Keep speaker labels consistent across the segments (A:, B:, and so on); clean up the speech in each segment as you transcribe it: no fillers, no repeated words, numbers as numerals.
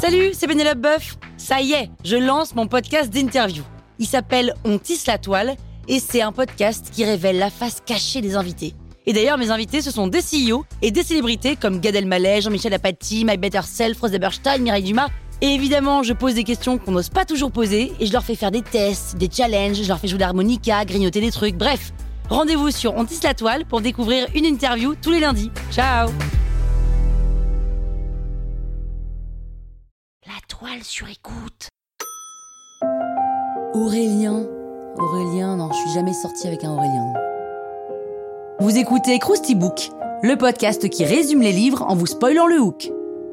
A: Salut, c'est Pénélope Boeuf. Ça y est, je lance mon podcast d'interview. Il s'appelle On tisse la toile et c'est un podcast qui révèle la face cachée des invités. Et d'ailleurs, mes invités, ce sont des CEO et des célébrités comme Gad Elmaleh, Jean-Michel Apathy, My Better Self, Rose Eberstein, Mireille Dumas. Et évidemment, je pose des questions qu'on n'ose pas toujours poser et je leur fais faire des tests, des challenges, je leur fais jouer de l'harmonica, grignoter des trucs, bref. Rendez-vous sur On tisse la toile pour découvrir une interview tous les lundis. Ciao! La toile sur écoute. Aurélien, non, je suis jamais sortie avec un Aurélien. Vous écoutez Krusty Book, le podcast qui résume les livres en vous spoilant le hook.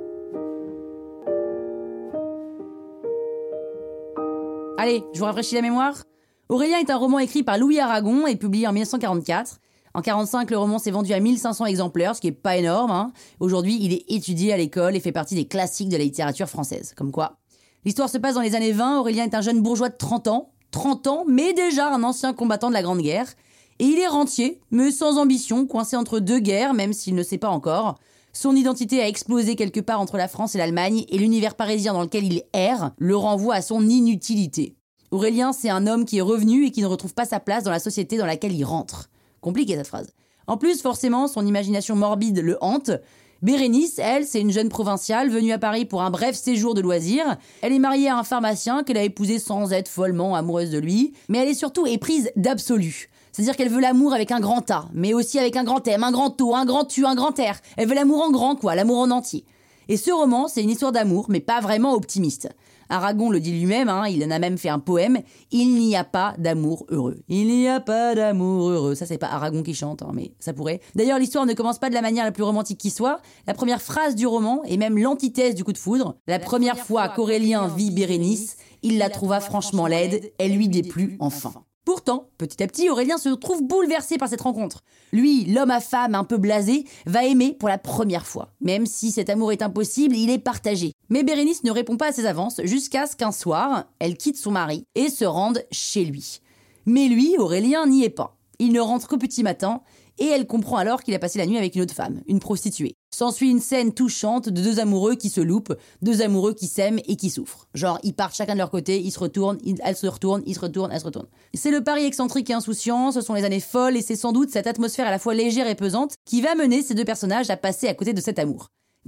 A: Allez, je vous rafraîchis la mémoire. Aurélien est un roman écrit par Louis Aragon et publié en 1944. En 1945, le roman s'est vendu à 1500 exemplaires, ce qui est pas énorme. Aujourd'hui, il est étudié à l'école et fait partie des classiques de la littérature française. Comme quoi. L'histoire se passe dans les années 20. Aurélien est un jeune bourgeois de 30 ans, mais déjà un ancien combattant de la Grande Guerre. Et il est rentier, mais sans ambition, coincé entre deux guerres, même s'il ne sait pas encore. Son identité a explosé quelque part entre la France et l'Allemagne, et l'univers parisien dans lequel il erre le renvoie à son inutilité. Aurélien, c'est un homme qui est revenu et qui ne retrouve pas sa place dans la société dans laquelle il rentre. Compliqué cette phrase. En plus, forcément, son imagination morbide le hante. Bérénice, elle, c'est une jeune provinciale venue à Paris pour un bref séjour de loisirs. Elle est mariée à un pharmacien qu'elle a épousé sans être follement amoureuse de lui. Mais elle est surtout éprise d'absolu. C'est-à-dire qu'elle veut l'amour avec un grand A, mais aussi avec un grand M, un grand O, un grand U, un grand R. Elle veut l'amour en grand, quoi, l'amour en entier. Et ce roman, c'est une histoire d'amour, mais pas vraiment optimiste. Aragon le dit lui-même, il en a même fait un poème. Il n'y a pas d'amour heureux. Il n'y a pas d'amour heureux. Ça, c'est pas Aragon qui chante, mais ça pourrait. D'ailleurs, l'histoire ne commence pas de la manière la plus romantique qui soit. La première phrase du roman est même l'antithèse du coup de foudre. La première fois qu'Aurélien vit Bérénice, il la trouva franchement laide. Elle lui déplut enfin. Pourtant, petit à petit, Aurélien se trouve bouleversé par cette rencontre. Lui, l'homme à femme un peu blasé, va aimer pour la première fois. Même si cet amour est impossible, il est partagé. Mais Bérénice ne répond pas à ses avances jusqu'à ce qu'un soir, elle quitte son mari et se rende chez lui. Mais lui, Aurélien, n'y est pas. Il ne rentre qu'au petit matin et elle comprend alors qu'il a passé la nuit avec une autre femme, une prostituée. S'ensuit une scène touchante de deux amoureux qui se loupent, deux amoureux qui s'aiment et qui souffrent. Genre, ils partent chacun de leur côté, ils se retournent, elle se retourne, ils se retournent, elle se retourne. C'est le pari excentrique et insouciant, ce sont les années folles et c'est sans doute cette atmosphère à la fois légère et pesante qui va mener ces deux personnages à passer à côté de cet amour.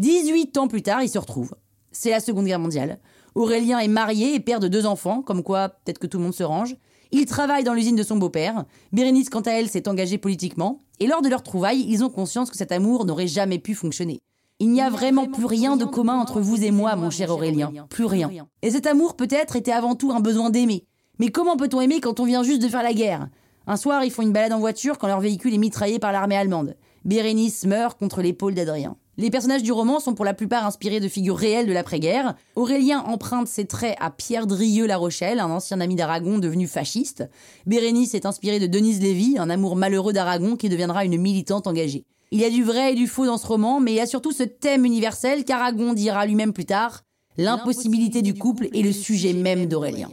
A: 18 ans plus tard, ils se retrouvent. C'est la Seconde Guerre mondiale. Aurélien est marié et père de 2 enfants, comme quoi peut-être que tout le monde se range. Il travaille dans l'usine de son beau-père. Bérénice, quant à elle, s'est engagée politiquement. Et lors de leur trouvaille, ils ont conscience que cet amour n'aurait jamais pu fonctionner. Il n'y a vraiment plus rien de commun entre vous et moi, mon cher Aurélien. Plus rien. Et cet amour, peut-être, était avant tout un besoin d'aimer. Mais comment peut-on aimer quand on vient juste de faire la guerre ? Un soir, ils font une balade en voiture quand leur véhicule est mitraillé par l'armée allemande. Bérénice meurt contre l'épaule d'Adrien. Les personnages du roman sont pour la plupart inspirés de figures réelles de l'après-guerre. Aurélien emprunte ses traits à Pierre Drieux-La Rochelle, un ancien ami d'Aragon devenu fasciste. Bérénice est inspirée de Denise Lévy, un amour malheureux d'Aragon qui deviendra une militante engagée. Il y a du vrai et du faux dans ce roman, mais il y a surtout ce thème universel qu'Aragon dira lui-même plus tard. L'impossibilité du couple est le sujet même d'Aurélien.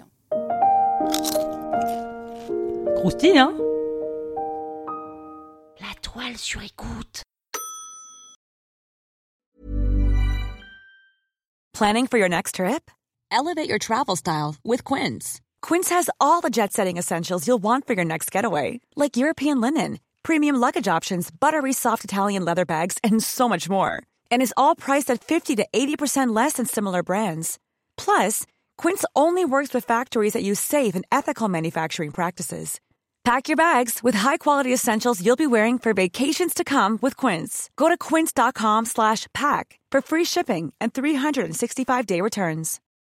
A: Croustille, hein ? La toile sur écoute.
B: Planning for your next trip? Elevate your travel style with Quince. Quince has all the jet-setting essentials you'll want for your next getaway, like European linen, premium luggage options, buttery soft Italian leather bags, and so much more. And is all priced at 50 to 80% less than similar brands. Plus, Quince only works with factories that use safe and ethical manufacturing practices. Pack your bags with high-quality essentials you'll be wearing for vacations to come with Quince. Go to quince.com/pack for free shipping and 365-day returns.